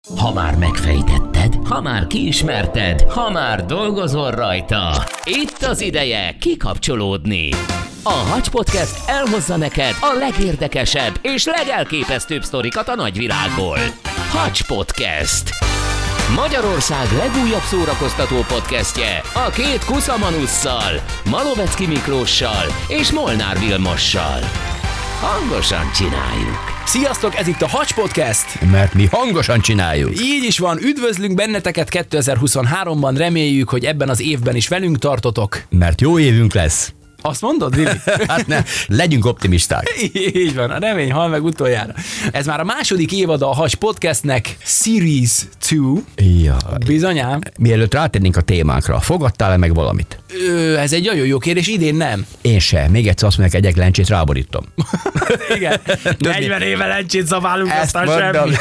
Ha már megfejtetted, ha már kiismerted, ha már dolgozol rajta, itt az ideje kikapcsolódni. A Hacs Podcast elhozza neked a legérdekesebb és legelképesztőbb sztorikat a nagyvilágból. Hacs Podcast. Magyarország legújabb szórakoztató podcastje a két kuszamanusszal, Malovecki Miklóssal és Molnár Vilmossal. Hangosan csináljuk! Sziasztok, ez itt a Hacs Podcast! Mert mi hangosan csináljuk. Így is van, üdvözlünk benneteket 2023-ban, reméljük, hogy ebben az évben is velünk tartotok. Mert jó évünk lesz. Azt mondod, Vili? Hát ne, legyünk optimisták. Így van, a remény hal meg utoljára. Ez már a második évada a Hacs Podcastnek, Series 2. Jaj. Bizonyám. Mielőtt rátérnénk a témánkra, fogadtál-e meg valamit? Ez egy nagyon jó kérdés, idén nem. Én se. Még egyszer azt mondják, egyek lencsét ráborítom. Igen. 40 éve lencsét zabálunk, aztán mondom. semmi.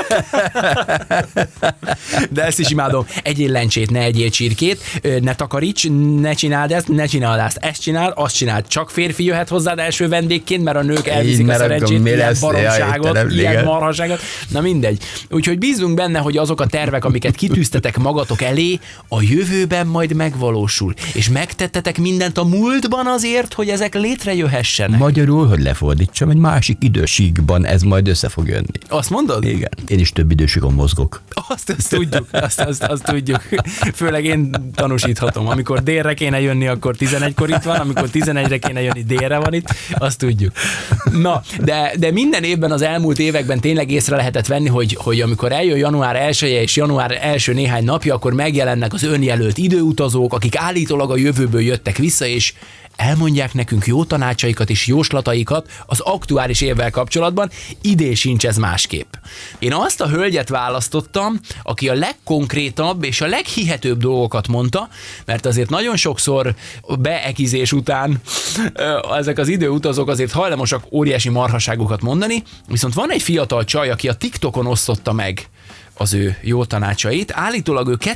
De ezt is imádom. Egyél lencsét, ne egyél csirkét, ne takaríts, ne csináld ezt, ne csináld azt. Ezt csinál, azt csináld. Csak férfi jöhet hozzád első vendégként, mert a nők elviszik a szerencsét, ilyen baromságot, ilyen marhaságot. Na mindegy. Úgyhogy bízunk benne, hogy azok a tervek, amiket kitűztetek magatok elé, a jövőben majd megvalósul. És megtettetek mindent a múltban azért, hogy ezek létrejöhessenek. Magyarul, hogy lefordítsam, egy másik idősíkban ez majd össze fog jönni. Azt mondod? Igen. Én is több idősíkon mozgok. Azt tudjuk, azt tudjuk. Főleg én tanúsíthatom. Amikor délre kéne jönni, akkor 11-kor itt van, amikor 11-re kéne jönni, délre van itt, azt tudjuk. Na, de minden évben az elmúlt években tényleg észre lehetett venni, hogy amikor eljön január 1-je és január első néhány napja, akkor megjelennek az önjelölt időutazók, akik állítólag a jövőből jöttek vissza, és elmondják nekünk jó tanácsaikat és jóslataikat az aktuális évvel kapcsolatban, idén sincs ez másképp. Én azt a hölgyet választottam, aki a legkonkrétabb és a leghihetőbb dolgokat mondta, mert azért nagyon sokszor beekizés után ezek az időutazók azért hajlamosak óriási marhaságokat mondani, viszont van egy fiatal csaj, aki a TikTokon osztotta meg az ő jó tanácsait, állítólag ő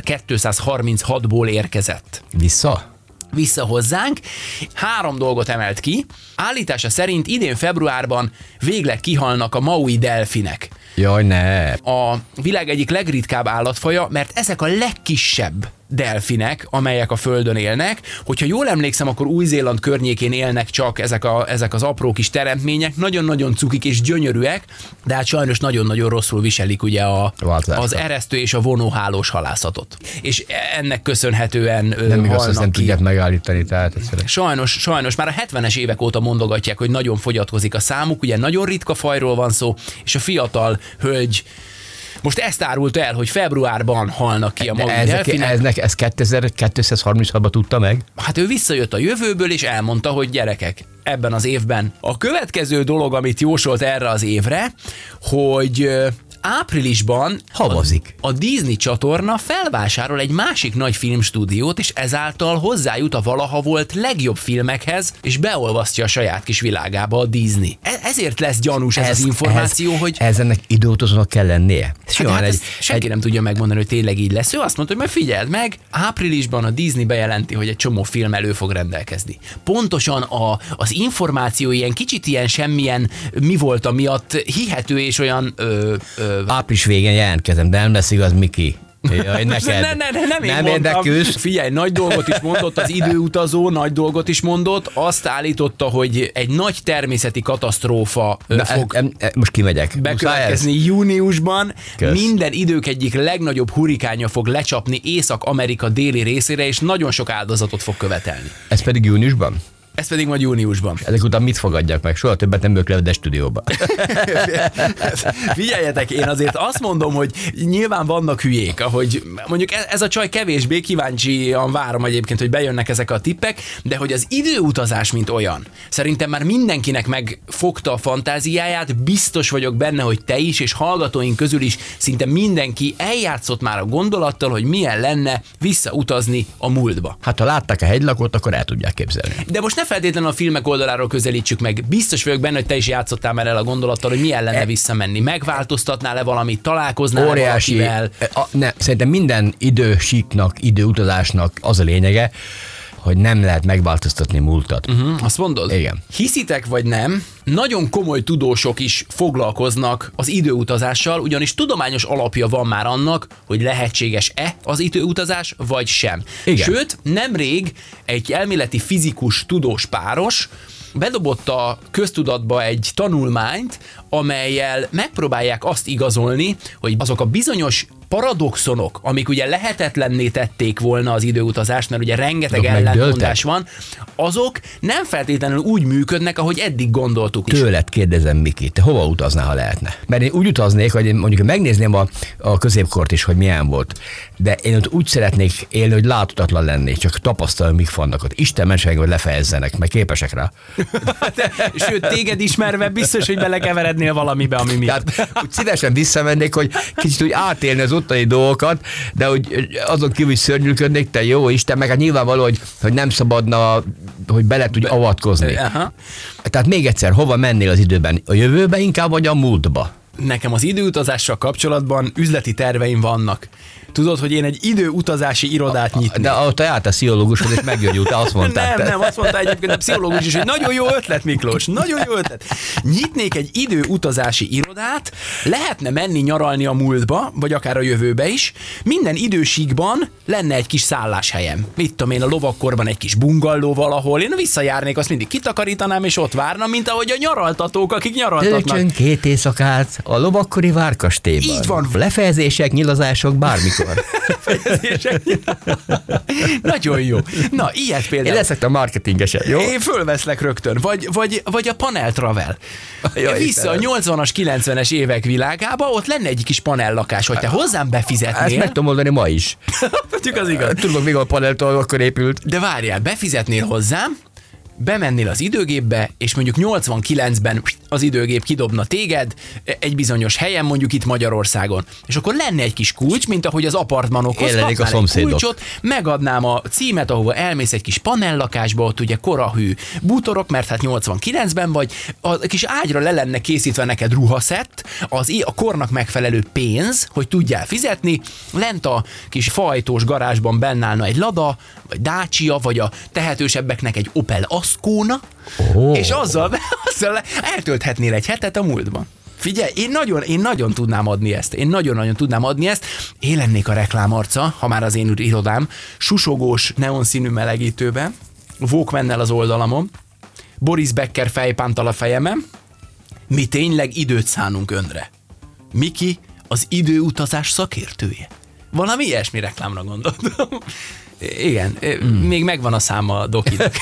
2236-ból érkezett. Vissza hozzánk. 3 dolgot emelt ki. Állítása szerint idén februárban végleg kihalnak a maui delfinek. Jaj, ne. A világ egyik legritkább állatfaja, mert ezek a legkisebb delfinek, amelyek a Földön élnek. Hogyha jól emlékszem, akkor Új-Zéland környékén élnek csak ezek az apró kis teremtmények, nagyon-nagyon cukik és gyönyörűek, de hát sajnos nagyon-nagyon rosszul viselik ugye az eresztő és a vonóhálós halászatot. És ennek köszönhetően nem igaz, ezt nem tudják megállítani, tehát egyszerűen. Sajnos már a 70-es évek óta mondogatják, hogy nagyon fogyatkozik a számuk, ugye nagyon ritka fajról van szó, és a fiatal hölgy most ezt árult el, hogy februárban halnak ki a maui delfinek. Ez 2236-ban tudta meg? Hát ő visszajött a jövőből, és elmondta, hogy gyerekek, ebben az évben. A következő dolog, amit jósolt erre az évre, hogy áprilisban havazik. A Disney csatorna felvásárol egy másik nagy filmstúdiót, és ezáltal hozzájut a valaha volt legjobb filmekhez, és beolvasztja a saját kis világába a Disney. Ezért lesz gyanús ez az információ, hogy... Ennek időutazónak kell lennie. Hát senki nem tudja megmondani, hogy tényleg így lesz. Ő azt mondta, hogy majd figyeld meg, áprilisban a Disney bejelenti, hogy egy csomó film elő fog rendelkezni. Pontosan az információ ilyen kicsit ilyen semmilyen mi volt miatt hihető és olyan... Április végén jelentkezem, de nem lesz igaz, Miki. Jaj, neked. Nem érdekülsz. Figyelj, nagy dolgot is mondott az időutazó, nagy dolgot is mondott. Azt állította, hogy egy nagy természeti katasztrófa fog most kimegyek. bekövetkezni júniusban. Kösz. Minden idők egyik legnagyobb hurikánja fog lecsapni Észak-Amerika déli részére, és nagyon sok áldozatot fog követelni. Ez pedig júniusban? Ez pedig majd júniusban. Ezek után mit fogadjak meg? Soha többet nem bők le a stúdióba. Figyeljetek, én azért azt mondom, hogy nyilván vannak hülyék, ahogy mondjuk ez a csaj kevésbé, kíváncsian várom egyébként, hogy bejönnek ezek a tippek, de hogy az időutazás mint olyan, szerintem már mindenkinek megfogta a fantáziáját, biztos vagyok benne, hogy te is, és hallgatóink közül is szinte mindenki eljátszott már a gondolattal, hogy milyen lenne visszautazni a múltba. Hát ha látták a hegylakót, akkor el tudják képzelni. De most ne feltétlenül a filmek oldaláról közelítsük meg. Biztos vagyok benne, hogy te is játszottál már el a gondolattal, hogy milyen lenne visszamenni. Megváltoztatnál-e valamit, találkoznál valakivel? Szerintem minden idősíknak, időutazásnak az a lényege, hogy nem lehet megváltoztatni múltat. Azt mondod? Igen. Hiszitek vagy nem, nagyon komoly tudósok is foglalkoznak az időutazással, ugyanis tudományos alapja van már annak, hogy lehetséges-e az időutazás, vagy sem. Igen. Sőt, nemrég egy elméleti fizikus tudós páros bedobott a köztudatba egy tanulmányt, amellyel megpróbálják azt igazolni, hogy azok a bizonyos paradoxonok, amik ugye lehetetlenné tették volna az időutazást, mert ugye rengeteg ellentmondás van, azok nem feltétlenül úgy működnek, ahogy eddig gondoltuk is. Tőled kérdezem, Miki, te hova utaznál, ha lehetne? Mert én úgy utaznék, hogy én mondjuk megnézném a középkort is, hogy milyen volt, de én ott úgy szeretnék élni, hogy láthatatlan lennék, csak tapasztalom, mik vannak ott. Isten mentség, hogy lefejezzenek, meg képesek rá. Sőt, téged ismerve biztos, hogy belekeverednél valamibe, ami miatt. Tehát úgy szívesen visszamennék, hogy kicsit úgy átélni az ottani dolgokat, de hogy azon kívül is szörnyűködnék, te jó Isten, meg hát nyilvánvaló, hogy nem szabadna, hogy bele tudj avatkozni. Aha. Tehát még egyszer, hova mennél az időben? A jövőbe inkább, vagy a múltba? Nekem az időutazással kapcsolatban üzleti terveim vannak. Tudod, hogy én egy időutazási irodát nyitnék. De ott a pszichológushoz is megjön, te azt mondtad. Nem, azt mondta egyébként a pszichológus is, hogy nagyon jó ötlet, Miklós, nagyon jó ötlet. Nyitnék egy időutazási irodát, lehetne menni nyaralni a múltba, vagy akár a jövőbe is. Minden idősíkban lenne egy kis szálláshelyem. Mit tudom én, a lovakkorban egy kis bungalló valahol, én visszajárnék, azt mindig kitakarítanám, és ott várnám, mint ahogy a nyaraltatók, akik nyaraltatnak. Töltsön 2 éjszakát a lovakkori várkastélyban. Így van. Lefejezések, nyilazások, bármikor. Nagyon jó. Na, ilyet például. Én leszek a marketingesed, jó? Én fölveszlek rögtön. Vagy a panel travel. Vissza a 80-as, 90-es évek világába, ott lenne egy kis panellakás, hogy te hozzám befizetnél. Ezt meg tudom mondani ma is. Tudjuk, az igaz. Tudok, még a paneltól akkor épült. De várjál, befizetnél hozzám, bemennél az időgépbe, és mondjuk 89-ben az időgép kidobna téged egy bizonyos helyen, mondjuk itt Magyarországon. És akkor lenne egy kis kulcs, mint ahogy az apartmanokhoz kapnál egy kulcsot, megadnám a címet, ahova elmész egy kis panellakásba, ott ugye korahű bútorok, mert hát 89-ben vagy, a kis ágyra le lenne készítve neked ruhaszett, a kornak megfelelő pénz, hogy tudjál fizetni, lent a kis fajtós garázsban bennállna egy Lada, vagy Dacia, vagy a tehetősebbeknek egy Opel Ascona, és azzal eltölthetnél egy hetet a múltban. Figyelj, én nagyon tudnám adni ezt. Én nagyon-nagyon tudnám adni ezt. Én lennék a reklámarca, ha már az én irodám, susogós neonszínű melegítőben, Walkmannel az oldalamon, Boris Becker fejpántal a fejemen, mi tényleg időt szánunk önre. Miki az időutazás szakértője. Valami ilyesmi reklámra gondoltam. Igen, még megvan a száma a dokinak.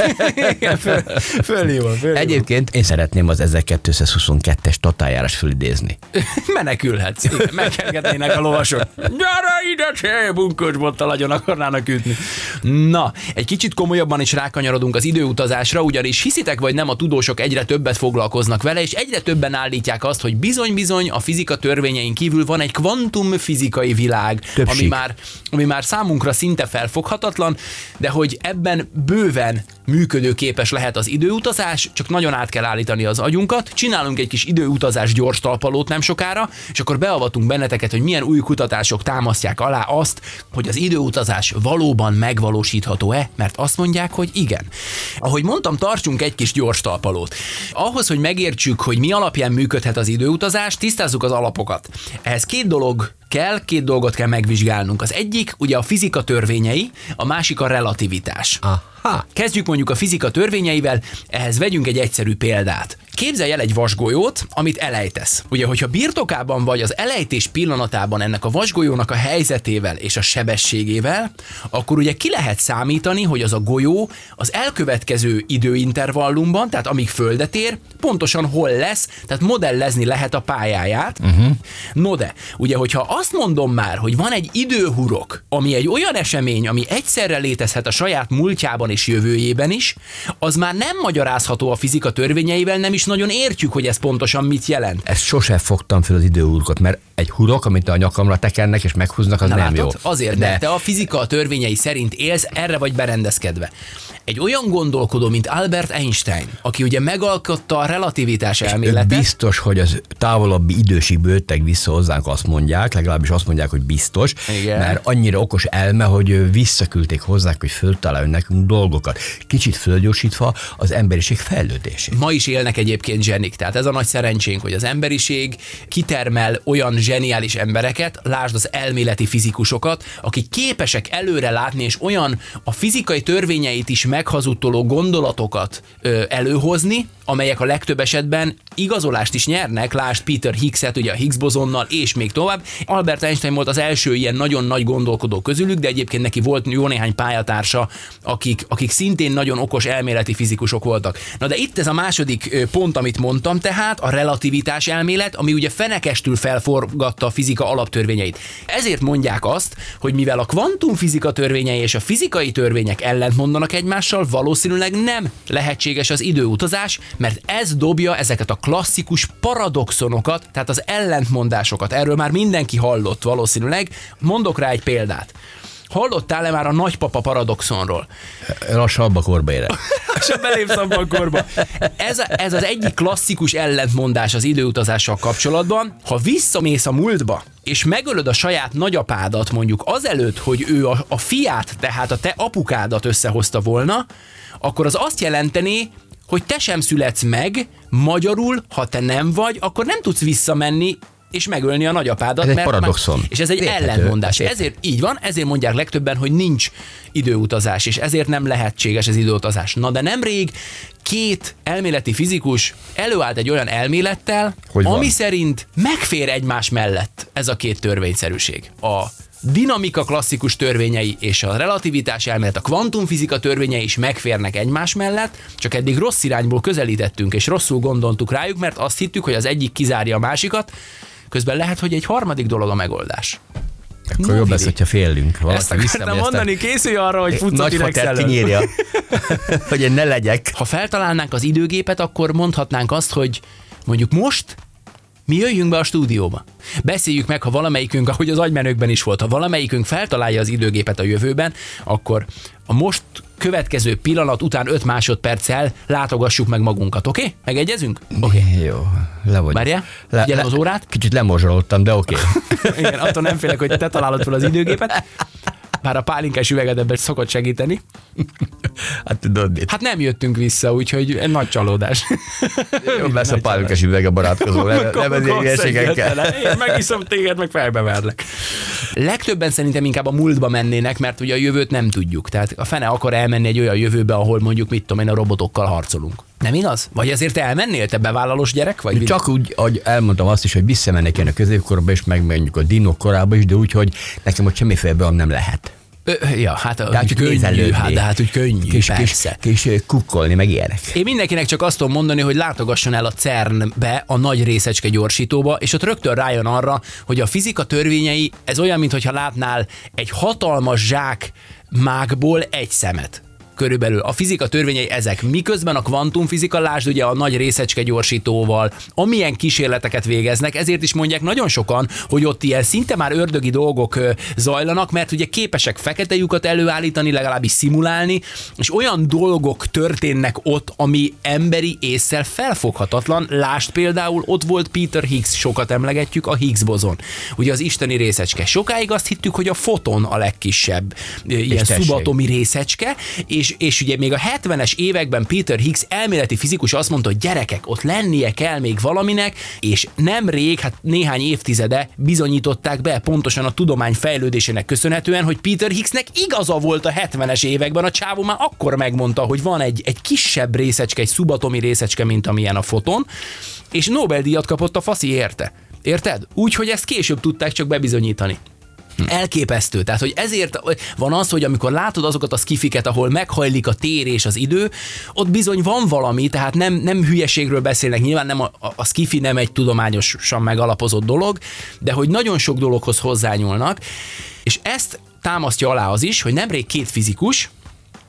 Föl. Egyébként én szeretném az 1222-es tatájárás fölidézni. Menekülhetsz. Igen, megkergetnének a lovasok. Gyere ide, te bunkósbottal agyon akarnának ütni. Na, egy kicsit komolyabban is rákanyarodunk az időutazásra, ugyanis hiszitek vagy nem, a tudósok egyre többet foglalkoznak vele, és egyre többen állítják azt, hogy bizony-bizony a fizika törvényein kívül van egy kvantumfizikai világ, ami már számunkra szinte felfoghatatlan, de hogy ebben bőven működőképes lehet az időutazás, csak nagyon át kell állítani az agyunkat. Csinálunk egy kis időutazás gyors talpalót nem sokára, és akkor beavatunk benneteket, hogy milyen új kutatások támasztják alá azt, hogy az időutazás valóban megvalósítható-e, mert azt mondják, hogy igen. Ahogy mondtam, tartsunk egy kis gyors talpalót. Ahhoz, hogy megértsük, hogy mi alapján működhet az időutazás, tisztázzuk az alapokat. Ehhez két dolgot kell megvizsgálnunk. Az egyik ugye a fizika törvényei, a másik a relativitás. Aha. Kezdjük mondjuk a fizika törvényeivel, ehhez vegyünk egy egyszerű példát. Képzelj el egy vasgolyót, amit elejtesz. Ugye, hogyha birtokában vagy az elejtés pillanatában ennek a vasgolyónak a helyzetével és a sebességével, akkor ugye ki lehet számítani, hogy az a golyó az elkövetkező időintervallumban, tehát amíg földet ér, pontosan hol lesz, tehát modellezni lehet a pályáját. No de, ugye, hogyha azt mondom már, hogy van egy időhurok, ami egy olyan esemény, ami egyszerre létezhet a saját múltjában és jövőjében is, az már nem magyarázható a fizika törvényeivel, nem is nagyon értjük, hogy ez pontosan mit jelent. Ezt sose fogtam fel az időurkot, mert egy hurok, amit a nyakamra tekernek és meghúznak, az nem látod? jó. Azért, de te a fizika törvényei szerint élsz, erre vagy berendezkedve. Egy olyan gondolkodó, mint Albert Einstein, aki ugye megalkotta a relativitás elméletet. Biztos, hogy az távolabbi időségből jöttek vissza hozzánk, azt mondják, legalábbis azt mondják, hogy biztos, igen. Mert annyira okos elme, hogy visszaküldték hozzánk, hogy föltaláljon nekünk dolgokat. Kicsit fölgyorsítva az emberiség fejlődését. Ma is élnek egyébként zsenik, tehát ez a nagy szerencsénk, hogy az emberiség kitermel olyan zseniális embereket, lásd az elméleti fizikusokat, akik képesek előre látni, és olyan a fizikai törvényeit is meghazudtoló gondolatokat előhozni, amelyek a legtöbb esetben igazolást is nyernek, lásd Peter Higgset, ugye a Higgs bozonnal, és még tovább. Albert Einstein volt az első ilyen nagyon nagy gondolkodó közülük, de egyébként neki volt jó néhány pályatársa, akik szintén nagyon okos elméleti fizikusok voltak. Na de itt ez a második pont, amit mondtam, tehát a relativitás elmélet, ami ugye fenekestül felforgatta a fizika alaptörvényeit. Ezért mondják azt, hogy mivel a kvantumfizika törvényei és a fizikai törvények ellentmondanak egymással, valószínűleg nem lehetséges az időutazás, mert ez dobja ezeket a klasszikus paradoxonokat, tehát az ellentmondásokat. Erről már mindenki hallott valószínűleg. Mondok rá egy példát. Hallottál-e már a nagypapa paradoxonról? Lassabb a korba érek. Se belépsz abba a korba. Ez az egyik klasszikus ellentmondás az időutazással kapcsolatban. Ha visszamész a múltba, és megölöd a saját nagyapádat mondjuk azelőtt, hogy ő a fiát, tehát a te apukádat összehozta volna, akkor az azt jelenteni, hogy te sem születsz meg, magyarul, ha te nem vagy, akkor nem tudsz visszamenni és megölni a nagyapádat. Ez egy paradoxon. És ez egy ellentmondás. Ezért így van, ezért mondják legtöbben, hogy nincs időutazás, és ezért nem lehetséges az időutazás. Na de nemrég két elméleti fizikus előállt egy olyan elmélettel, ami szerint megfér egymás mellett ez a két törvényszerűség. A dinamika klasszikus törvényei és a relativitás elmélet, a kvantumfizika törvényei is megférnek egymás mellett, csak eddig rossz irányból közelítettünk, és rosszul gondoltuk rájuk, mert azt hittük, hogy az egyik kizárja a másikat, közben lehet, hogy egy harmadik dolog a megoldás. Akkor jobb lesz, hogyha félünk. Ezt akartam mondani, készülj arra, hogy futsz a T-rex elől. Kinyírja, hogy én ne legyek. Ha feltalálnánk az időgépet, akkor mondhatnánk azt, hogy mondjuk most mi jöjjünk be a stúdióba. Beszéljük meg, ha valamelyikünk, ahogy az agymenőkben is volt, ha valamelyikünk feltalálja az időgépet a jövőben, akkor a most következő pillanat után 5 másodperccel látogassuk meg magunkat, oké? Megegyezünk? Oké. Jó, le vagy. Várjál, figyelem az órát. Kicsit lemorzsolódtam, de oké. Igen, attól nem félek, hogy te találod fel az időgépet. Bár a pálinkás üveged ebben szokott segíteni. Hát tudod mit. Hát nem jöttünk vissza, úgyhogy egy nagy csalódás. Jobb lesz a pálinkás üveg a barátkozó. Nem az hülyeségekkel. Én megiszom téged, meg felbeverlek. Legtöbben szerintem inkább a múltba mennének, mert ugye a jövőt nem tudjuk. Tehát a fene akar elmenni egy olyan jövőbe, ahol mondjuk, mit tudom én, a robotokkal harcolunk. Nem igaz? Vagy azért te elmennél, te bevállalós gyerek vagy? Csak úgy, ahogy elmondtam azt is, hogy visszamennék én a középkorba, és megmenjük a dinok korába is, de úgy, hogy nekem ott semmiféle beam nem lehet. Ja, hát úgy könnyű, hát úgy könnyű, persze. Kis kukkolni, meg ilyenek. Én mindenkinek csak azt tudom mondani, hogy látogasson el a CERN-be, a nagy részecske gyorsítóba, és ott rögtön rájön arra, hogy a fizika törvényei, ez olyan, mintha látnál egy hatalmas zsák mákból egy szemet. Körülbelül a fizika törvényei ezek. Miközben a kvantumfizika, lásd ugye a nagy részecske gyorsítóval, amilyen kísérleteket végeznek, ezért is mondják nagyon sokan, hogy ott ilyen szinte már ördögi dolgok zajlanak, mert ugye képesek fekete lyukat előállítani, legalábbis szimulálni, és olyan dolgok történnek ott, ami emberi ésszel felfoghatatlan. Lásd például, ott volt Peter Higgs, sokat emlegetjük, a Higgs bozon. Ugye az isteni részecske. Sokáig azt hittük, hogy a foton a legkisebb ilyen szubatomi részecske, és ugye még a 70-es években Peter Higgs elméleti fizikus azt mondta, hogy gyerekek, ott lennie kell még valaminek, és nemrég, hát néhány évtizede bizonyították be, pontosan a tudomány fejlődésének köszönhetően, hogy Peter Higgsnek igaza volt a 70-es években, a csávó már akkor megmondta, hogy van egy kisebb részecske, egy szubatomi részecske, mint amilyen a foton, és Nobel-díjat kapott a faszi érte. Érted? Úgyhogy ezt később tudták csak bebizonyítani. Elképesztő. Tehát, hogy ezért van az, hogy amikor látod azokat a skifiket, ahol meghajlik a tér és az idő, ott bizony van valami, tehát nem hülyeségről beszélnek, nyilván nem a skifi nem egy tudományosan megalapozott dolog, de hogy nagyon sok dologhoz hozzányúlnak, és ezt támasztja alá az is, hogy nemrég két fizikus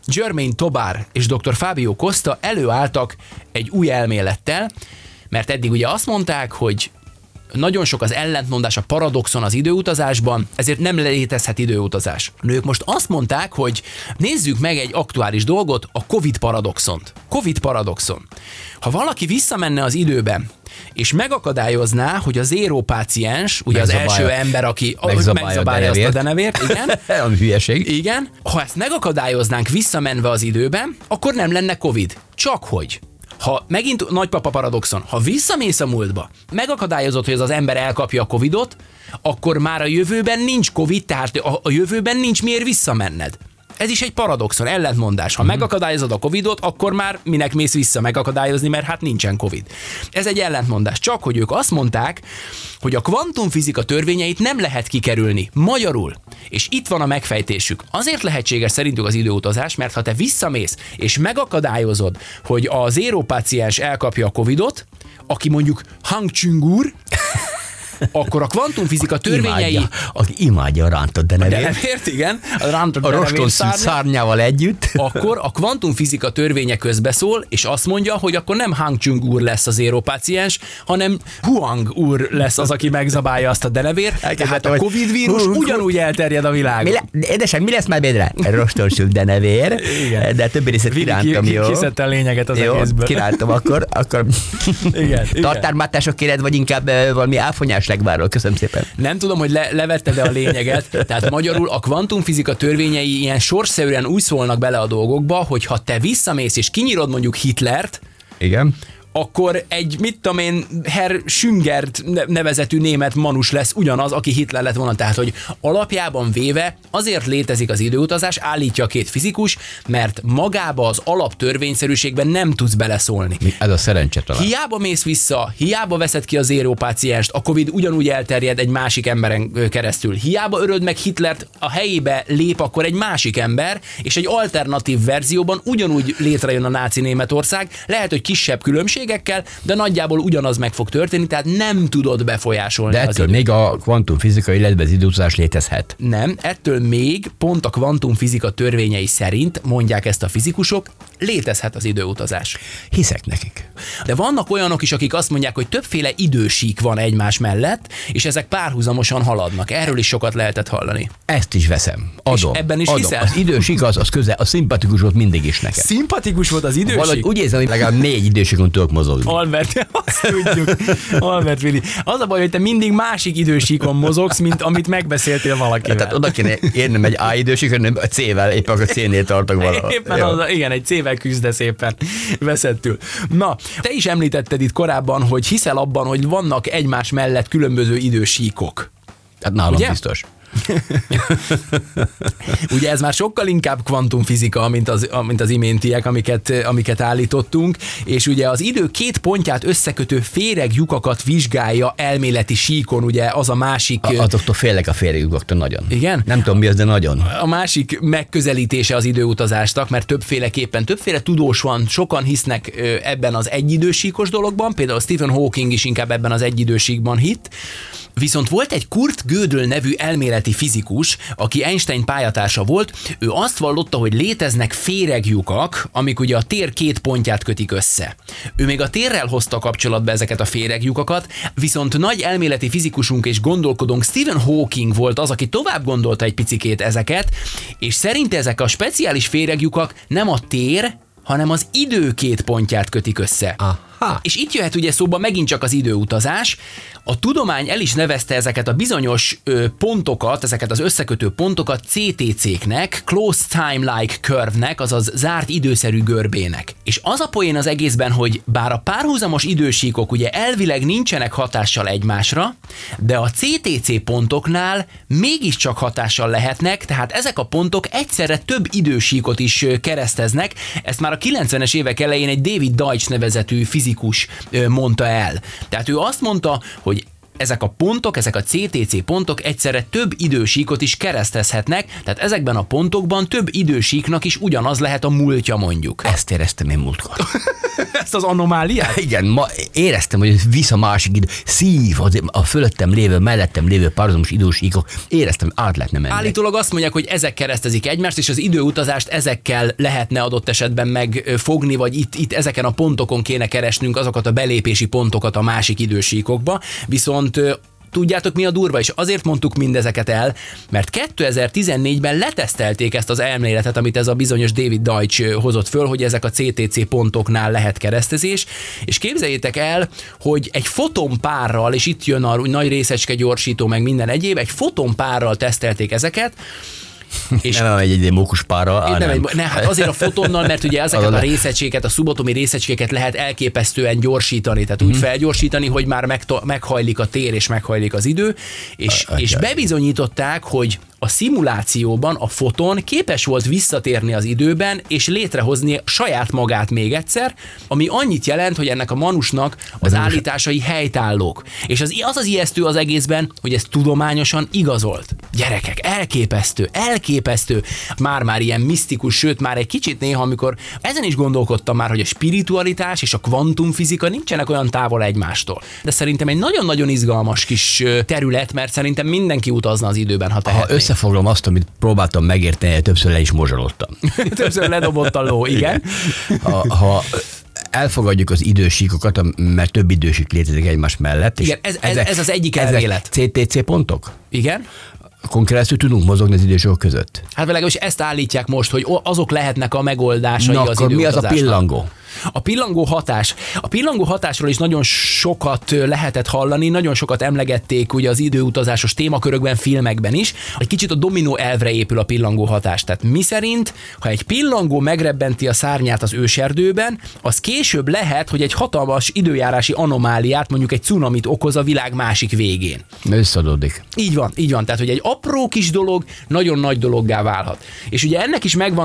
Germain Tobar és dr. Fabio Costa előálltak egy új elmélettel, mert eddig ugye azt mondták, hogy nagyon sok az ellentmondás, a paradoxon az időutazásban, ezért nem létezhet időutazás. Ők most azt mondták, hogy nézzük meg egy aktuális dolgot, a Covid paradoxont. Covid paradoxon. Ha valaki visszamenne az időben, és megakadályozná, hogy az zéró páciens, ugye az első ember, aki megzabálja azt a denevért, igen. Ami hülyeség. Igen. Ha ezt megakadályoznánk visszamenve az időben, akkor nem lenne Covid. Csak hogy. Ha megint nagypapa paradoxon, ha visszamész a múltba, megakadályozott, hogy az ember elkapja a Covidot, akkor már a jövőben nincs Covid, tehát a jövőben nincs miért visszamenned. Ez is egy paradoxon, ellentmondás. Ha megakadályozod a Covidot, akkor már minek mész vissza megakadályozni, mert hát nincsen Covid. Ez egy ellentmondás. Csak hogy ők azt mondták, hogy a kvantumfizika törvényeit nem lehet kikerülni. Magyarul. És itt van a megfejtésük. Azért lehetséges szerintük az időutazás, mert ha te visszamész, és megakadályozod, hogy a zéró páciens elkapja a Covidot, aki mondjuk Hang Chung-ur, akkor a kvantumfizika törvényei... Aki imádja a rántott denevért. Denevért, igen. A roston szárnyával együtt. Akkor a kvantumfizika törvénye közbeszól, és azt mondja, hogy akkor nem Hang Chung úr lesz az zéró páciens, hanem Huang úr lesz az, aki megzabálja azt a denevért. Tehát a Covid vírus ugyanúgy elterjed a világon. Édesem, mi lesz már Bédre? Rostonsült denevér, de többi részét kirántam, jó? Kiszedte a lényeget az egészből. Kirántam, akkor igen. Tartármátások kéred, vagy inkább valami áfonyás legvárról. Köszönöm szépen. Nem tudom, hogy levetted-e a lényeget, tehát magyarul a kvantumfizika törvényei ilyen sorszerűen úgy szólnak bele a dolgokba, hogy ha te visszamész és kinyírod mondjuk Hitlert, igen, akkor egy, mit tudom én, Herr Schüngert nevezetű német manus lesz ugyanaz, aki Hitler lett volna. Tehát, hogy alapjában véve azért létezik az időutazás, állítja a két fizikus, mert magába az alaptörvényszerűségben nem tudsz beleszólni. Ez a szerencse talán. Hiába mész vissza, hiába veszed ki a zéró pácienst, a Covid ugyanúgy elterjed egy másik emberen keresztül. Hiába öröd meg Hitlert, a helyébe lép akkor egy másik ember, és egy alternatív verzióban ugyanúgy létrejön a náci Németország, lehet, hogy kisebb különbség, de nagyjából ugyanaz meg fog történni, tehát nem tudod befolyásolni. De ettől még a kvantumfizika, illetve az időutazás létezhet. Nem, ettől még pont a kvantumfizika törvényei szerint, mondják ezt a fizikusok, létezhet az időutazás. Hiszek nekik. De vannak olyanok is, akik azt mondják, hogy többféle idősík van egymás mellett, és ezek párhuzamosan haladnak. Erről is sokat lehetett hallani. Ezt is veszem. Adom. És ebben is adom. hiszel? Az idősík az közel, a szimpatikus volt mindig is nekem. Szimpatikus volt az idősík? Valahogy úgy érzem, hogy legalább 4 idősíkon tudok mozogni. Albert, azt tudjuk. Albert Vili. Az a baj, hogy te mindig másik idősíkon mozogsz, mint amit megbeszéltél valakivel. Tehát oda kéne érnem egy A idősíkon, nem a C-vel, éppen a C-nél tartok valahol. Éppen igen, egy C-vel küzdesz éppen veszettül. Na, te is említetted itt korábban, hogy hiszel abban, hogy vannak egymás mellett különböző idősíkok. Hát nálam ugye? Biztos. Ugye ez már sokkal inkább kvantumfizika, mint az iméntiek, amiket állítottunk, és ugye az idő két pontját összekötő féreglyukakat vizsgálja elméleti síkon, ugye az a másik... Azoktól félek a féreglyukaktól nagyon. Igen? Nem tudom mi az, de nagyon. A másik megközelítése az időutazásnak, mert többféle tudós van, sokan hisznek ebben az egyidősíkos dologban, például Stephen Hawking is inkább ebben az egyidősíkban hitt. Viszont volt egy Kurt Gödel nevű elméleti fizikus, aki Einstein pályatársa volt, ő azt vallotta, hogy léteznek féreglyukak, amik ugye a tér két pontját kötik össze. Ő még a térrel hozta kapcsolatba ezeket a féreglyukakat, viszont nagy elméleti fizikusunk és gondolkodónk Stephen Hawking volt az, aki tovább gondolta egy picikét ezeket, és szerint ezek a speciális féreglyukak nem a tér, hanem az idő két pontját kötik össze. Aha. És itt jöhet ugye szóba megint csak az időutazás. A tudomány el is nevezte ezeket a bizonyos pontokat, ezeket az összekötő pontokat CTC-knek, Closed Time-like Curve-nek, azaz zárt időszerű görbének. És az a poén az egészben, hogy bár a párhuzamos idősíkok ugye elvileg nincsenek hatással egymásra, de a CTC pontoknál mégiscsak hatással lehetnek, tehát ezek a pontok egyszerre több idősíkot is kereszteznek. Ezt már a 90-es évek elején egy David Deutsch nevezetű fizikus mondta el. Tehát ő azt mondta, hogy ezek a pontok, ezek a CTC pontok egyszerre több idősíkot is keresztezhetnek, tehát ezekben a pontokban több idősíknak is ugyanaz lehet a múltja mondjuk. Ezt éreztem én múltkor. Ezt az anomáliát? Igen, ma éreztem, hogy visz a másik idő, szív a fölöttem lévő, mellettem lévő párhuzamos idősíkok, éreztem, át lehetne menni. Állítólag azt mondják, hogy ezek keresztezik egymást, és az időutazást ezekkel lehetne adott esetben megfogni, vagy itt ezeken a pontokon kéne keresnünk azokat a belépési pontokat a másik idősíkokba, viszont tudjátok, mi a durva? És azért mondtuk mindezeket el, mert 2014-ben letesztelték ezt az elméletet, amit ez a bizonyos David Deutsch hozott föl, hogy ezek a CTC pontoknál lehet keresztezés, és képzeljétek el, hogy egy fotonpárral, és itt jön a nagy részecske gyorsító, meg minden egyéb, egy fotonpárral tesztelték ezeket, és nem egy mókuspárral. Hát azért a fotonnal, mert ugye ezeket a részecskéket, a szubatomi részecskéket lehet elképesztően gyorsítani, tehát úgy felgyorsítani, hogy már meghajlik a tér és meghajlik az idő, és bebizonyították, hogy a szimulációban a foton képes volt visszatérni az időben, és létrehozni saját magát még egyszer, ami annyit jelent, hogy ennek a manusnak az állításai helytállók. És az ijesztő az egészben, hogy ez tudományosan igazolt. Gyerekek, elképesztő. Már ilyen misztikus, sőt már egy kicsit néha, amikor ezen is gondolkodtam már, hogy a spiritualitás és a kvantumfizika nincsenek olyan távol egymástól. De szerintem egy nagyon-nagyon izgalmas kis terület, mert szerintem mindenki utazna az időben, ha tehetné. Összefoglalom azt, amit próbáltam megérteni, többször le is mozsolódtam. Többször ledobott a ló, igen. Ha elfogadjuk az idősíkokat, mert több idősík létezik egymás mellett. Igen, ez az egyik elmélet. CTC pontok? Igen. Akkor keresztül tudunk mozogni az idősíkok között. Hát legalábbis ezt állítják most, hogy azok lehetnek a megoldásai az időutazásnak. Mi az a pillangó? A pillangó hatás. A pillangó hatásról is nagyon sokat lehetett hallani, nagyon sokat emlegették ugye az időutazásos témakörökben, filmekben is. Egy kicsit a dominó elvre épül a pillangó hatás. Tehát mi szerint, ha egy pillangó megrebbenti a szárnyát az őserdőben, az később lehet, hogy egy hatalmas időjárási anomáliát, mondjuk egy cunamit okoz a világ másik végén. Összeadódik. Így van. Tehát, hogy egy apró kis dolog nagyon nagy dologgá válhat. És ugye ennek is megvan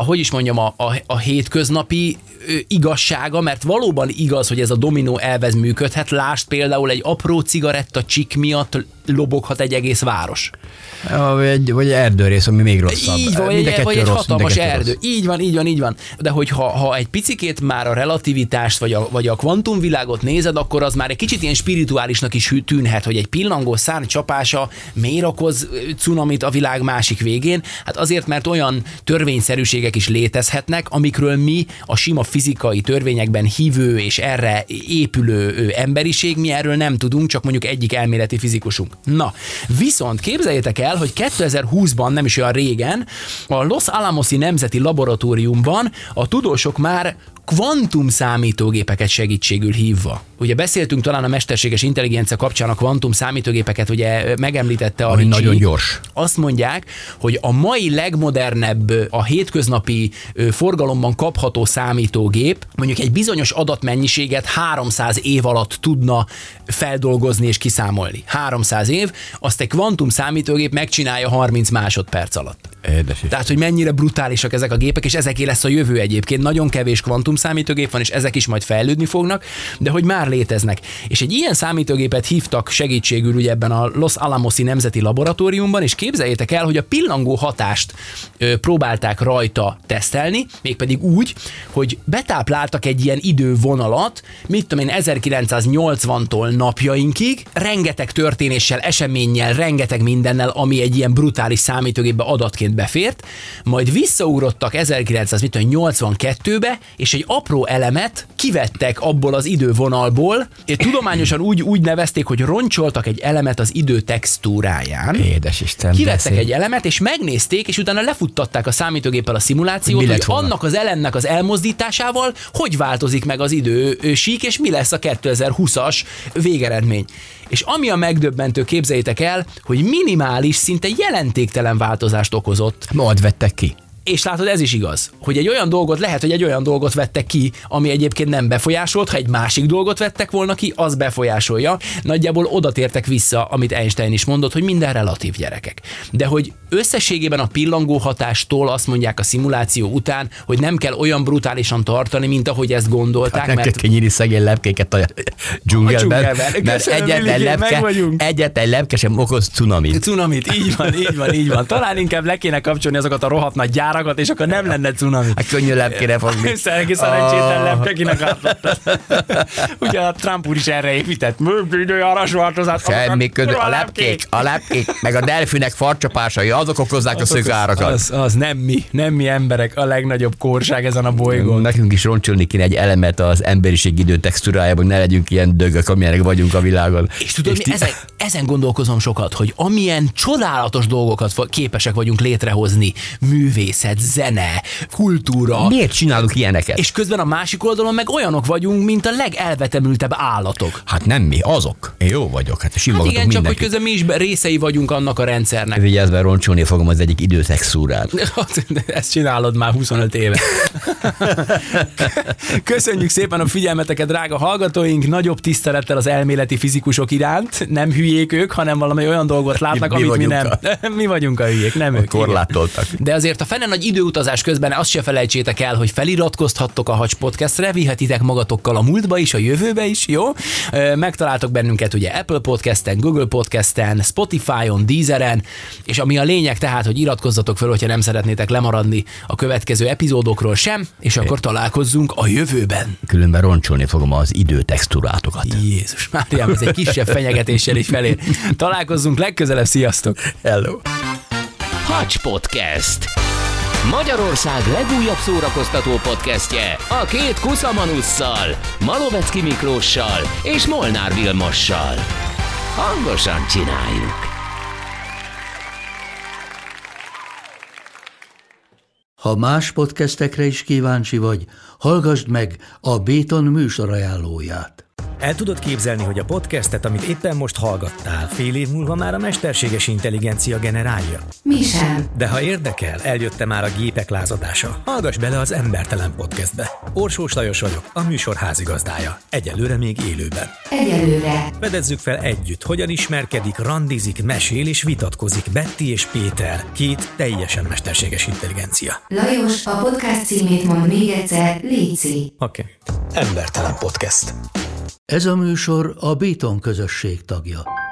a hétköznapi igazsága, mert valóban igaz, hogy ez a dominó elvez működhet. Lásd például egy apró cigaretta csik miatt loboghat egy egész város. Vagy erdőrész, ami még rosszabb. Így van, vagy egy hatalmas erdő. Így van. De hogyha egy picikét már a relativitást, vagy a kvantumvilágot nézed, akkor az már egy kicsit ilyen spirituálisnak is tűnhet, hogy egy pillangó szárny csapása miért okoz cunamit a világ másik végén. Hát azért, mert olyan törvényszerűségek is létezhetnek, amikről mi a sima fizikai törvényekben hívő és erre épülő emberiség, mi erről nem tudunk, csak mondjuk egyik elméleti fizikusunk. Na, viszont képzeljétek el, hogy 2020-ban, nem is olyan régen, a Los Alamosi Nemzeti Laboratóriumban a tudósok már kvantum számítógépeket segítségül hívva. Ugye beszéltünk talán a mesterséges intelligencia kapcsán a kvantum számítógépeket, ugye megemlítette a Ricsi. Nagyon gyors. Azt mondják, hogy a mai legmodernebb, a hétköznapi forgalomban kapható számítógép mondjuk egy bizonyos adatmennyiséget 300 év alatt tudna feldolgozni és kiszámolni. 300 év, azt egy kvantum számítógép megcsinálja 30 másodperc alatt. Tehát, hogy mennyire brutálisak ezek a gépek, és ezeké lesz a jövő egyébként. Nagyon kevés kvantum számítógép van, és ezek is majd fejlődni fognak, de hogy már léteznek. És egy ilyen számítógépet hívtak segítségül ugye ebben a Los Alamosi Nemzeti Laboratóriumban, és képzeljétek el, hogy a pillangó hatást próbálták rajta tesztelni, mégpedig úgy, hogy betápláltak egy ilyen idővonalat, mit tudom én, 1980-tól napjainkig, rengeteg történéssel, eseménnyel, rengeteg mindennel, ami egy ilyen brutális számítógépbe adatként befért, majd visszaugrottak 1982-be, és egy apró elemet kivettek abból az idővonalból, és tudományosan úgy nevezték, hogy roncsoltak egy elemet az idő textúráján. Édesisten. Kivettek egy elemet, és megnézték, és utána lefuttatták a számítógéppel a szimulációt, hogy annak az elemnek az elmozdításával hogy változik meg az idősík, és mi lesz a 2020-as végeredmény. És ami a megdöbbentő, képzeljétek el, hogy minimális, szinte jelentéktelen változást okozott. Majd vettek ki. És látod, ez is igaz, hogy egy olyan dolgot lehet, hogy egy olyan dolgot vettek ki, ami egyébként nem befolyásolt, ha egy másik dolgot vettek volna ki, az befolyásolja. Nagyjából oda tértek vissza, amit Einstein is mondott, hogy minden relatív, gyerekek. De hogy összességében a pillangó hatástól azt mondják a szimuláció után, hogy nem kell olyan brutálisan tartani, mint ahogy ezt gondolták. Hát nem kell kinyíri szegény lepkéket a dzsungelben, mert egyetlen lepke sem okoz cunamit. Cunamit, így van. Talán inkább le kéne kapcsolni azokat a rohadt nagy gyárakat, és akkor nem lenne cunami. Hát könnyű lepkére fogni. Szerencsétlen lepke, kinek átadtad. Ugye a Trump úr is erre épített. Időjárás változás. Semmi közül. A lepkék, meg a delfinek farcsapásai, azok okozzák a szögárakat. Az nem mi emberek, a legnagyobb kórság ezen a bolygón. Nekünk is roncsolni kéne egy elemet az emberiség idő textúrájában, hogy ne legyünk ilyen dögök, amilyenek vagyunk a világon. És tudod, ezen gondolkozom sokat, hogy amilyen csodálatos dolgokat képesek vagyunk létrehozni, művészet, zene, kultúra. Miért csinálunk ilyeneket? És közben a másik oldalon meg olyanok vagyunk, mint a legelvetemültebb állatok. Hát nem mi, azok. Én jó vagyok, hát simogatok igen, csak mindenkit. hogy közben mi is részei vagyunk annak a rendszernek. Vigyázz, roncsolni fogom az egyik időtextúrát. Ezt csinálod már 25 éve. Köszönjük szépen a figyelmeteket, drága hallgatóink, nagyobb tisztelettel az elméleti fizikusok iránt. Nem hülyék ők, hanem valami olyan dolgot látnak, amit mi nem. Mi vagyunk a hülyék, nem ők. Korlátoltak. De azért a fene nagy időutazás közben azt se felejtsétek el, hogy feliratkozhattok a Hacs Podcastre, vihetitek magatokkal a múltba is, a jövőbe is, jó? Megtaláltok bennünket ugye Apple Podcasten, Google Podcasten, Spotify-on, Deezeren, és ami a lényeg tehát, hogy iratkozzatok fel, hogyha nem szeretnétek lemaradni a következő epizódokról sem, és akkor találkozzunk a jövőben. Különben roncsolni fogom az időtextúrátokat. Jézus Máriám, ez egy kisebb fenyegetéssel is felér. Találkozzunk legközelebb, sziasztok! Hello! Hacs Podcast. Magyarország legújabb szórakoztató podcastje a két kuszamanusszal, Malovecki Miklóssal és Molnár Vilmossal. Hangosan csináljuk! Ha más podcastekre is kíváncsi vagy, hallgassd meg a Béton műsorajánlóját. El tudod képzelni, hogy a podcastet, amit éppen most hallgattál, fél év múlva már a mesterséges intelligencia generálja? Mi sem. De ha érdekel, eljött már a gépek lázadása. Hallgass bele az Embertelen Podcastbe. Orsós Lajos vagyok, a műsor házigazdája. Egyelőre még élőben. Egyelőre. Fedezzük fel együtt, hogyan ismerkedik, randizik, mesél és vitatkozik Betty és Péter, két teljesen mesterséges intelligencia. Lajos, a podcast címét mond még egyszer, léci. Oké. Embertelen Podcast. Ez a műsor a Béton közösség tagja.